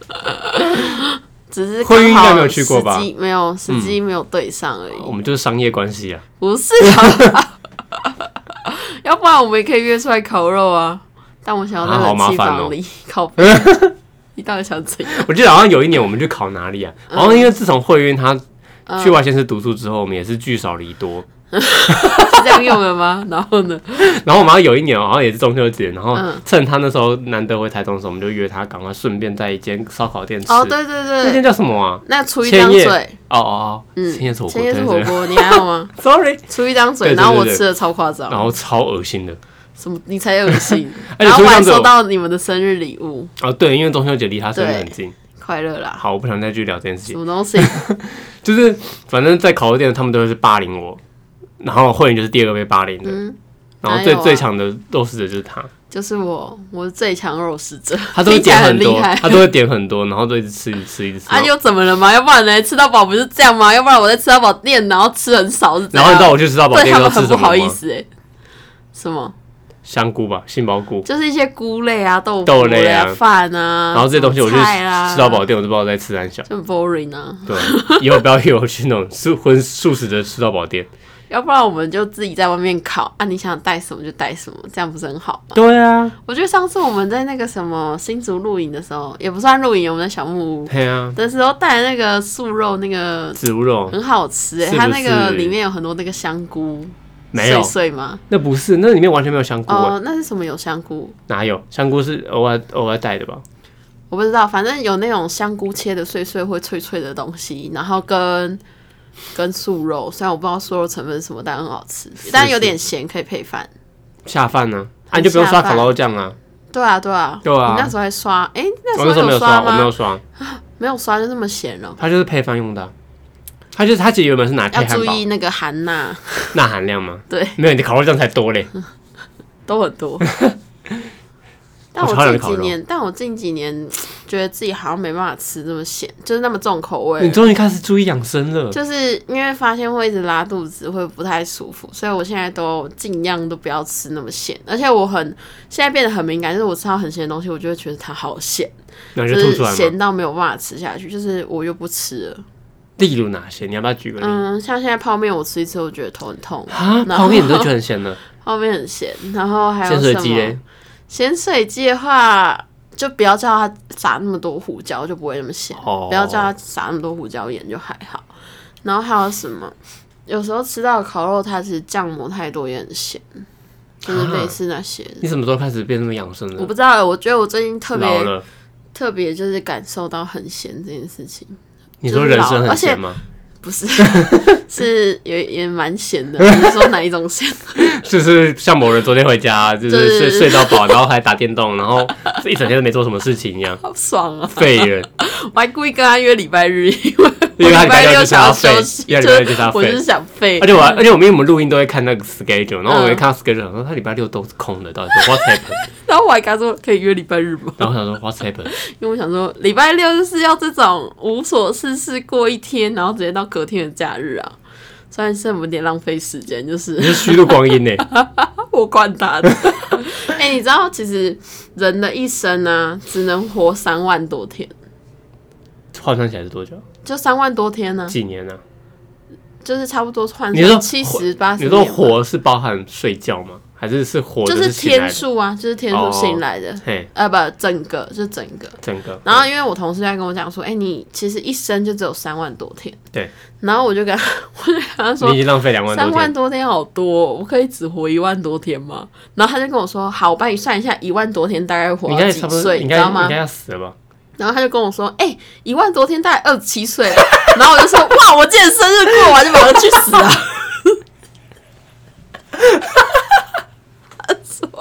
只是会应该没有去过吧？ 没有，时机没有对上而已、嗯。 我们就是商业关系啊。 不是啊，要不然我们也可以约出来烤肉啊。但我想要在冷气房里、啊哦、烤。你到底想怎样？ 我记得好像有一年我们去考哪里啊？好像因为自从慧晕她去外县市读书之后，我们也是聚少离多， 是这样用的吗？然后呢？ 然后我们好像有一年好像也是中秋节，然后趁他那时候难得回台中的时候，我们就约他赶快顺便在一间烧烤店吃。 哦，对对对， 那间叫什么啊？ 那出一张嘴。 哦哦哦，千叶火锅， 千叶火锅，你还好吗 ？Sorry， 出一张嘴，然后我吃的超夸张， 然后超恶心的。 什么？你才恶心！然后我还收到你们的生日礼物。 哦，对，因为中秋节离他生日很近， 快乐啦。 好，我不想再继续聊这件事情。 什么东西？ 就是反正在烤肉店，他们都是霸凌我，然后慧云就是第二个被霸凌的，嗯、然后最、啊、最强的肉食者就是他， 就是我，我是最强肉食者。 他都会点很多，他都会点很多，然后都一直吃，一直吃，一直吃。 啊，又怎么了嘛？要不然呢？吃到饱不是这样吗？要不然我在吃到饱店，然后吃很少是这样。 然后你知道我去吃到饱店都吃什么吗？ 对他们很不好意思哎、欸。什么？ 香菇吧，杏鲍菇， 就是一些菇类啊，豆腐类啊，饭啊， 然后这些东西我就吃到饱店，我都不知道在吃三小， 就很 boring 啊。 对，以后不要约我去那种素荤素食的吃到饱店， 要不然我们就自己在外面烤啊，你想带什么就带什么，这样不是很好吗？ 对啊， 我觉得上次我们在那个什么新竹露营的时候，也不算露营，我们在小木屋， 对啊的时候带那个素肉，那个植物肉很好吃哎、欸，它那个里面有很多那个香菇。 没有碎碎吗？ 那不是，那里面完全没有香菇、欸。 哦，那是什么有香菇？ 哪有香菇是偶尔偶尔带的吧？ 我不知道，反正有那种香菇切的碎碎会脆脆的东西，然后跟跟素肉，虽然我不知道素肉成分是什么，但很好吃，是是但有点咸，可以配饭。 下饭呢、啊？啊，你就不用刷烤肉酱啊。 对啊，对啊， 对啊。 你那时候还刷？哎、欸，那时候有刷吗？ 我没有刷， 没有刷就那么咸了、喔。 它就是配饭用的、啊。它就是它其实原本是拿配汉堡， 要注意那个含钠， 钠含量吗？ 对， 没有，你烤肉酱才多嘞， 都很多。但我近几年，但我近几年觉得自己好像没办法吃这么咸，就是那么重口味。 你终于开始注意养生了， 就是因为发现会一直拉肚子，会不太舒服，所以我现在都尽量都不要吃那么咸。而且我很现在变得很敏感，就是我吃到很咸的东西，我就会觉得它好咸， 那就吐出来吗？ 就是咸到没有办法吃下去，就是我又不吃了。 例如哪些？你要不要举个例？ 嗯，像现在泡面，我吃一次，我觉得头很痛。 啊，泡面你都觉得很咸了？ 泡面很咸，然后还有咸水鸡嘞？ 咸水鸡的话，就不要叫它撒那么多胡椒，就不会那么咸。哦、不要叫它撒那么多胡椒盐，就还好。然后还有什么？有时候吃到烤肉，它其实酱抹太多也很咸，就是类似那些、啊。 你什么时候开始变那么养生了？ 我不知道，我觉得我最近特别特别就是感受到很咸这件事情。 你说人生很咸吗？ 不是，是也也蛮咸的。你说哪一种咸？ 就是像某人昨天回家，就是睡睡到饱，然后还打电动，然后一整天都没做什么事情一样， 好爽啊！ 废人。 我还故意跟他约礼拜日，因为因为礼拜六想要休息， 因为礼拜六就是要废。 我就是想废。 而且我而且我们因为我们录音都会看那个 schedule， 然后我一看到 schedule， 想说他礼拜六都是空的，到底是 what's happened？ 然后我还跟他说可以约礼拜日吗？ 然后我想说 what's happened？ 因为我想说礼拜六就是要这种无所事事过一天，然后直接到隔天的假日啊。虽然是有点浪费时间，就是你是虚度光阴呢、欸。 我管他的。哎、欸，你知道其实人的一生呢、啊，只能活三万多天。 换算起来是多久？ 就三万多天呢、啊？ 几年呢、啊？ 就是差不多换算七十八十。 你说活是包含睡觉吗？还是是活的是？ 就是天数啊，就是天数醒来的。 哦、 呃，不，整个就是整个。 整个。 然后因为我同事在跟我讲说，哎、欸，你其实一生就只有三万多天。 对。 然后我就跟他，我就跟他说， 你已经浪费两万多天。 三万多天好多，我可以只活一万多天吗？然后他就跟我说，好，我帮你算一下，一万多天大概活到几岁，你知道吗？ 应该要死了吧？ 然后他就跟我说，哎、欸，一万多天大概二十七岁了。然后我就说，哇，我今天生日过完就马上去死啊！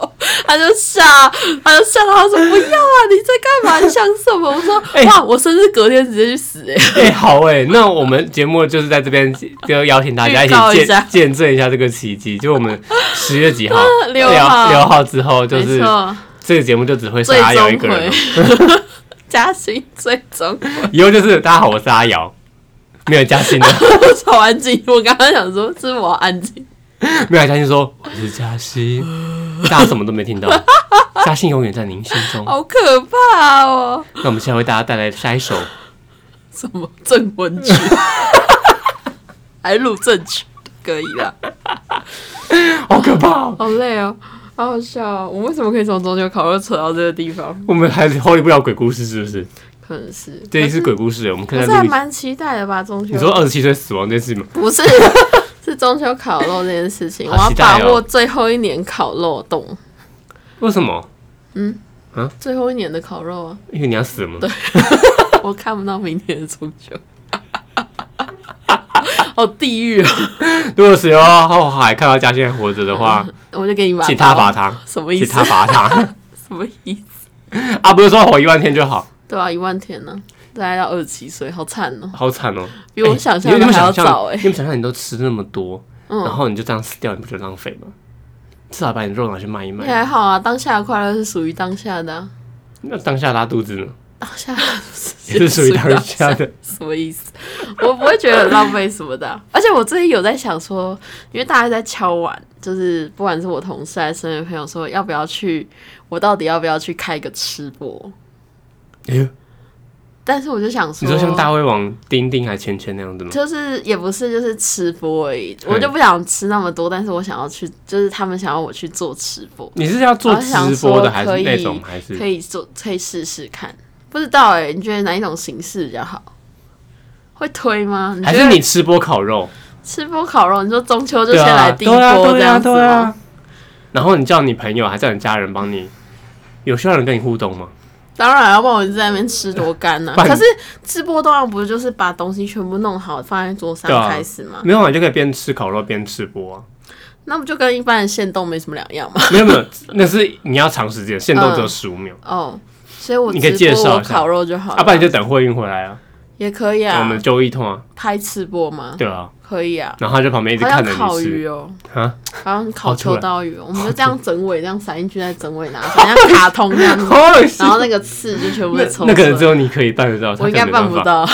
他就吓，他就吓到他说不要啊，你在干嘛？你想什么？我说、欸、哇，我生日隔天直接去死哎、欸！ 哎、欸，好哎、欸，那我们节目就是在这边就邀请大家一起见见证一下这个奇迹，就我们十月几号？ 六号， 六号之后就是这个节目就只会是阿瑶一个人。 嘉欣最终以后就是大家好，我是阿瑶，没有嘉欣的， 超安静。我刚刚想说，是我安静。 没有嘉欣说我是嘉欣，大家什么都没听到。嘉欣永远在您心中， 好可怕哦！ 那我们现在为大家带来下一首什么镇魂曲，还录正曲可以啦。 好可怕、哦， 好累哦。好好笑哦！我们为什么可以从中秋烤肉扯到这个地方？ 我们还 hold 不了鬼故事，是不是？ 可能是。 这一次鬼故事，我们看可是还蛮期待的吧？中秋。 你说二十七岁死亡这件事吗？ 不是，是中秋烤肉这件事情。 哦、 我要把握最后一年烤肉冻。 为什么？ 嗯啊，最后一年的烤肉啊。 因为你要死了吗？ 对，我看不到明年的中秋。好地狱啊！ 如果十六号还看到嘉欣还活着的话， 嗯、我就给你把请他罚他。 什么意思？ 请他罚他。 什么意思？ 啊，不是说活一万天就好？ 对啊，一万天呢、啊，大概要二十七岁，好惨哦、 喔，好惨哦、喔， 比我想象的还要早哎、欸。 你们想象你都吃那么多，嗯、然后你就这样死掉，你不觉得浪费吗？至少把你肉拿去卖一卖。 也还好啊，当下的快乐是属于当下的、啊。 那当下拉肚子呢？ 当下也是属于当下的， 什么意思？我不会觉得很浪费什么的、啊。而且我最近有在想说，因为大家在敲碗，就是不管是我同事还是身边朋友说，要不要去，我到底要不要去开个吃播？ 哎呦！ 但是我就想说， 你说像大胃王、丁丁还芊芊那样子吗？ 就是也不是，就是吃播而已。我就不想吃那么多，但是我想要去，就是他们想要我去做吃播。 你是要做直播的，还是那种？还是可以做，可以试试看。不知道哎、欸，你觉得哪一种形式比较好？会推吗？ 还是你吃播烤肉？ 吃播烤肉，你说中秋就先来第一波这样子吗？ 对啊对啊对啊、然后你叫你朋友还叫你家人帮你，有需要人跟你互动吗？ 当然，要不然我就在那边吃多干呢、啊。可是吃播当然不是就是把东西全部弄好放在桌上开始吗？ 啊、没有，你就可以边吃烤肉边吃播啊。 那不就跟一般的限动没什么两样吗？ 没有没有，那是你要长时间，限动只有十五秒。 嗯、哦。所以我你可以介绍一下烤肉就好了， 要、啊、不然你就等货运回来啊， 也可以啊。 我们揪一通啊， 拍吃播吗？ 对啊， 可以啊。 然后他就旁边一直看着你吃。 好像烤鱼哦， 啊， 好像烤秋刀鱼、哦，我们就这样整尾这样塞进去，再整尾拿出来，像卡通这样子。然后那个刺就全部被抽出来。 那可能只有你可以办得到， 我应该办不到。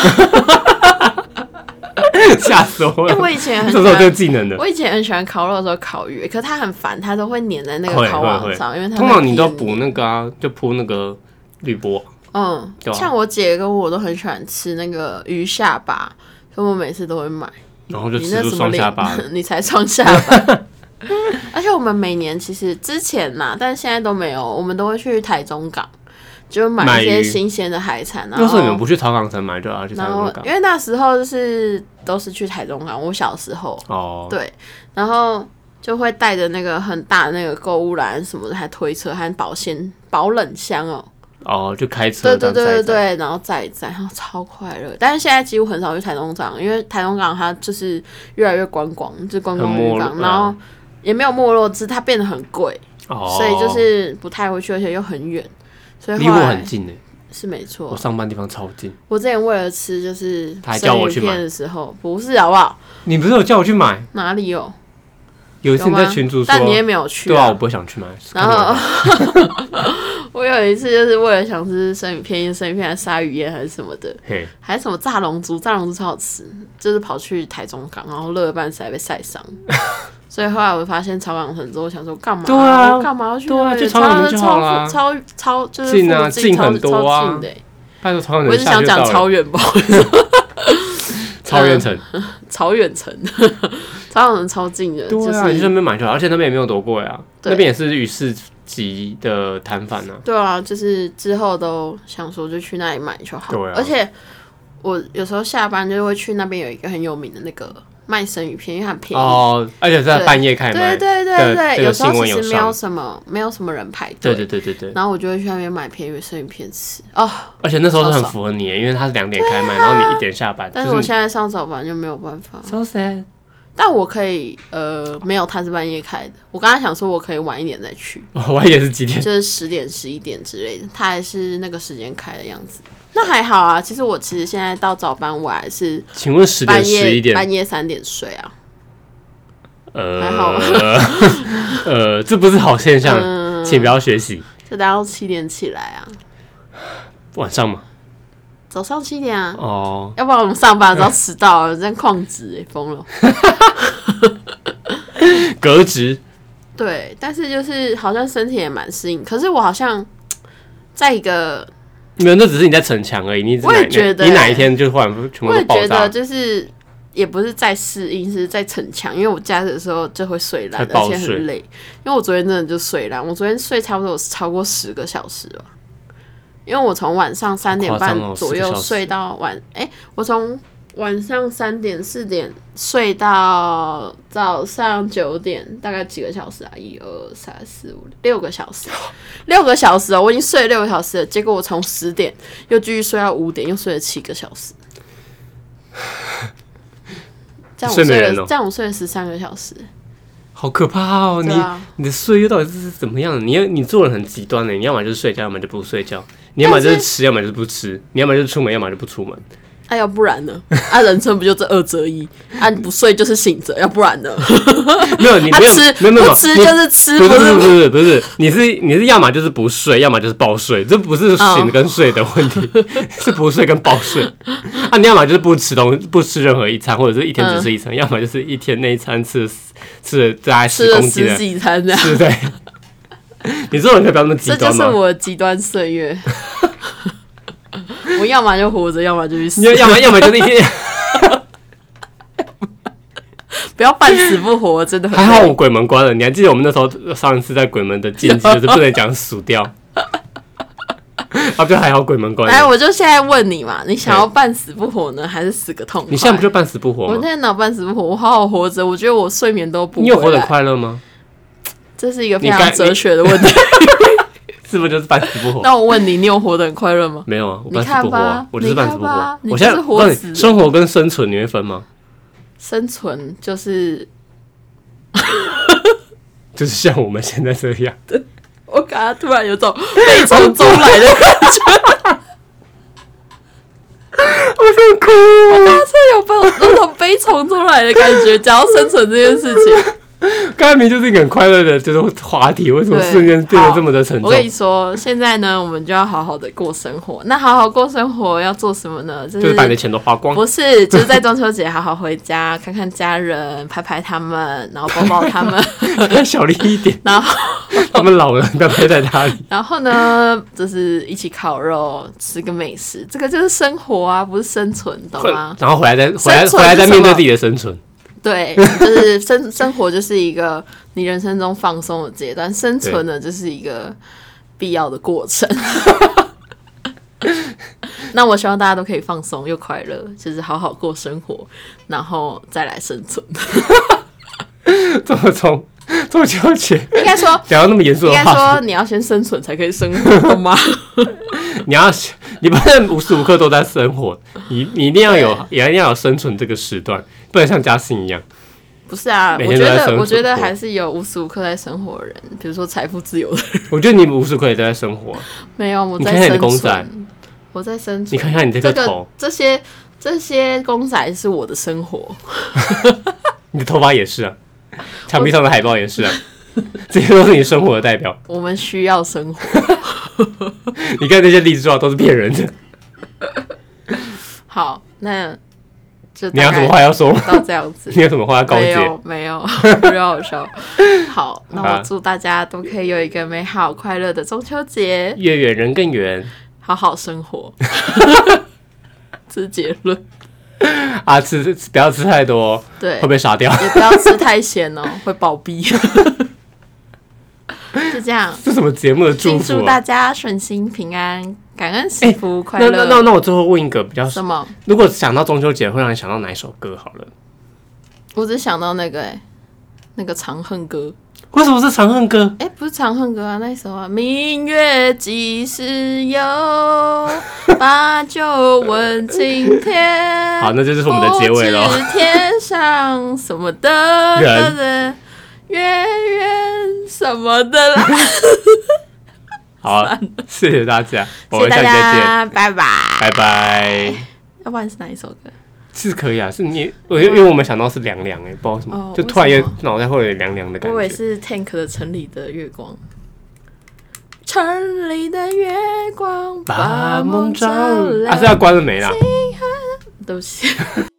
吓死我了！ 因为我以前很这是我这个技能的。 我以前很喜欢烤肉的时候烤鱼，可是它很烦，它都会粘在那个烤网上，因为它通常你都补那个啊，就铺那个铝箔。 嗯， 啊、 像我姐跟我都很喜欢吃那个鱼下巴，所以我每次都会买。 然后就吃出双下巴了。 你, 你才双下巴。而且我们每年其实之前啦，但现在都没有，我们都会去台中港。就买一些新鲜的海产，然后为什么你们不去草港城买，就要去台中港？ 因为那时候就是都是去台中港，我小时候哦，对，然后就会带着那个很大的那个购物篮什么的，还推车，还保鲜保冷箱哦， 哦，就开车， 对对对对对，然后载一载，然后超快乐。但是现在几乎很少去台中港，因为台中港它就是越来越观光，就是观光渔港，然后也没有没落，只是它变得很贵，哦，所以就是不太会去，而且又很远。离我很近诶、欸， 是没错。 我上班地方超近。 我之前为了吃就是他还叫我去买的时候，不是好不好？ 你不是有叫我去买？ 哪里有？ 有一次你在群组说， 但你也没有去、啊。 对啊，我不会想去买。 然后我有一次就是为了想吃生鱼片，生鱼片还是鲨鱼烟还是什么的，还是什么炸龙珠，炸龙珠超好吃，就是跑去台中港，然后热了半死还被晒伤。所以后来我发现草港城之后，想说干嘛？ 对啊， 干嘛要去？ 对啊，就草港城就好了。 超超就是近啊，近很多啊。 近的、欸。 拜托草港城， 我是想讲超远吧。 超远城， 超远城，草港城超近的。 对啊， 就是、 你去那边买就好，而且那边也没有多贵啊。那边也是与市集的摊贩啊。 对啊，就是之后都想说就去那里买就好。 对啊。 而且我有时候下班就会去那边有一个很有名的那个。卖生鱼片，因为很便宜哦，而且在半夜开卖。 对对对对， 有时候其实没有什么，没有什么人排队。 对对对对对。 然后我就会去那边买便宜的生鱼片吃哦。 而且那时候是很符合你，因为它是两点开卖，啊、然后你一点下班。 但是我现在上早班就没有办法。 So sad。 但我可以呃没有，它是半夜开的。我刚才想说我可以晚一点再去， 哦、晚一点是几点？ 就是十点、十一点之类的，它还是那个时间开的样子。那还好啊，其实我其实现在到早班，我还是请问十点、十一点， 半夜三点睡啊。 呃， 还好吧。 呃，这不是好现象，嗯、请不要学习。 就大概七点起来啊。 晚上吗？ 早上七点啊。 哦。 要不然我们上班都要迟到了，这样旷职哎，疯了。 革职。 对，但是就是好像身体也蛮适应，可是我好像在一个。 没有，那只是你在逞强而已。你我也觉得、 欸，你哪一天就忽然全部都爆炸？ 我也觉得就是也不是在适应，是在逞强。因为我假日的时候就会睡懒，而且很累。因为我昨天真的就睡懒，我昨天睡差不多有超过十个小时吧。因为我从晚上三点半左右睡到晚，哎、欸，我从晚上三点四点睡到早上九点，大概几个小时啊？一二三四五六个小时，六个小时哦！我已经睡了六个小时了，结果我从十点又继续睡到五点，又睡了七个小时。这样我睡了，这样我睡了十三个小时， 好可怕哦！你你的睡眠到底是怎么样的？你你做人很极端的，你要么就是睡觉，要么就不睡觉；你要么就是吃，要么就是不吃；你要么就是出门，要么就不出门。 啊，要不然呢？啊，人生不就这二择一？啊，你不睡就是醒着，要不然呢？ 没有，你没有、啊、吃，没有没有， 不吃就是吃， 不是不是不是不是，你是你是要么就是不睡，要么就是暴睡，这不是醒跟睡的问题， oh. 是不睡跟暴睡。啊，你要么就是不吃东西，不吃任何一餐，或者是一天只吃一餐，嗯、要么就是一天那一餐吃吃了大概十公斤的， 吃了十几餐这样， 是对。你这种人可以不要那么极端吗？ 这就是我的极端岁月。我要么就活着，要么就去死。 要么要么就是一天， 不要半死不活，真的很。 还好我鬼门关了，你还记得我们那时候上一次在鬼门的禁忌就是不能讲死掉，啊，就还好鬼门关了。 哎，我就现在问你嘛，你想要半死不活呢，还是死个痛快？ 你现在不就半死不活吗？ 我现在哪半死不活？我好好活着，我觉得我睡眠都不回来。 你有活得快乐吗？ 这是一个非常哲学的问题。 是不是就是半死不活？ 那我问你，你有活得很快乐吗？ 没有啊，我半死不活、啊，我就是半死不活。 我现在告诉你，生活跟生存你会分吗？ 生存就是就是像我们现在这样。 我刚刚突然有种悲从中来的感觉， 我想哭。 我刚刚是有那种悲从中来的感觉，讲到生存这件事情。 刚才明明就是一个很快乐的，就是话题，为什么瞬间变得这么的沉重？ 我跟你说，现在呢，我们就要好好的过生活。那好好过生活要做什么呢？就是、 就是把你的钱都花光。 不是，就是在中秋节好好回家，看看家人，拍拍他们，然后抱抱他们， 小力一点。 然后他们老了，不要陪在家里。 然后呢，就是一起烤肉，吃个美食，这个就是生活啊，不是生存，懂吗？ 然后回来再回来回来再面对自己的生存。 对，就是生生活就是一个你人生中放松的阶段，生存呢就是一个必要的过程。那我希望大家都可以放松又快乐，就是好好过生活，然后再来生存。 这么从中秋节应该说讲到那么严肃的话， 应该说你要先生存才可以生活，懂吗？ 你要你不能无时无刻都在生活，你你一定要有，也一定要有生存这个时段，不能像嘉欣一样。 不是啊，我觉得我觉得还是有无时无刻在生活的人，比如说财富自由的人。 我觉得你无时无刻也在生活。 没有，我在生存。 你看看你的公仔， 我在生存。 你看看你这个头， 这个、这些这些公仔是我的生活。 你的头发也是啊，墙壁上的海报也是啊。这些都是你生活的代表。 我们需要生活。 你看那些励志话都是骗人的。 好，那就你有什么话要说吗？ 到这样子， 你有什么话要告诫？ 没有，没有，不要好笑。好，那我祝大家都可以有一个美好快乐的中秋节。 月圆人更圆， 好好生活。这是结论。 啊，吃不要吃太多， 对， 会被杀掉。 也不要吃太咸哦，会暴毙。就这样， 这什么节目的祝福、啊？ 祝大家顺心平安，感恩幸福、欸、快乐。 那那那那我最后问一个比较什么？ 如果想到中秋节，会让你想到哪一首歌？好了， 我只想到那个哎、欸，那个《长恨歌》。 为什么是《长恨歌》？ 哎、欸，不是《长恨歌》啊，那一首啊，明月几时有，把酒问青天。 好，那就是我们的结尾咯。 不知天上什么的人，月圆什么的啦。 好，谢谢大家， 我们下期再见，拜拜， 拜拜。 要不然是哪一首歌？ 是可以啊，是你，我因为我们想到是凉凉哎，不知道为什么，哦、就突然间脑袋会有凉凉的感觉。 我以为是 Tank 的《城里的月光》，城里的月光把梦照亮。 啊，是要关了没啦？ 对不起。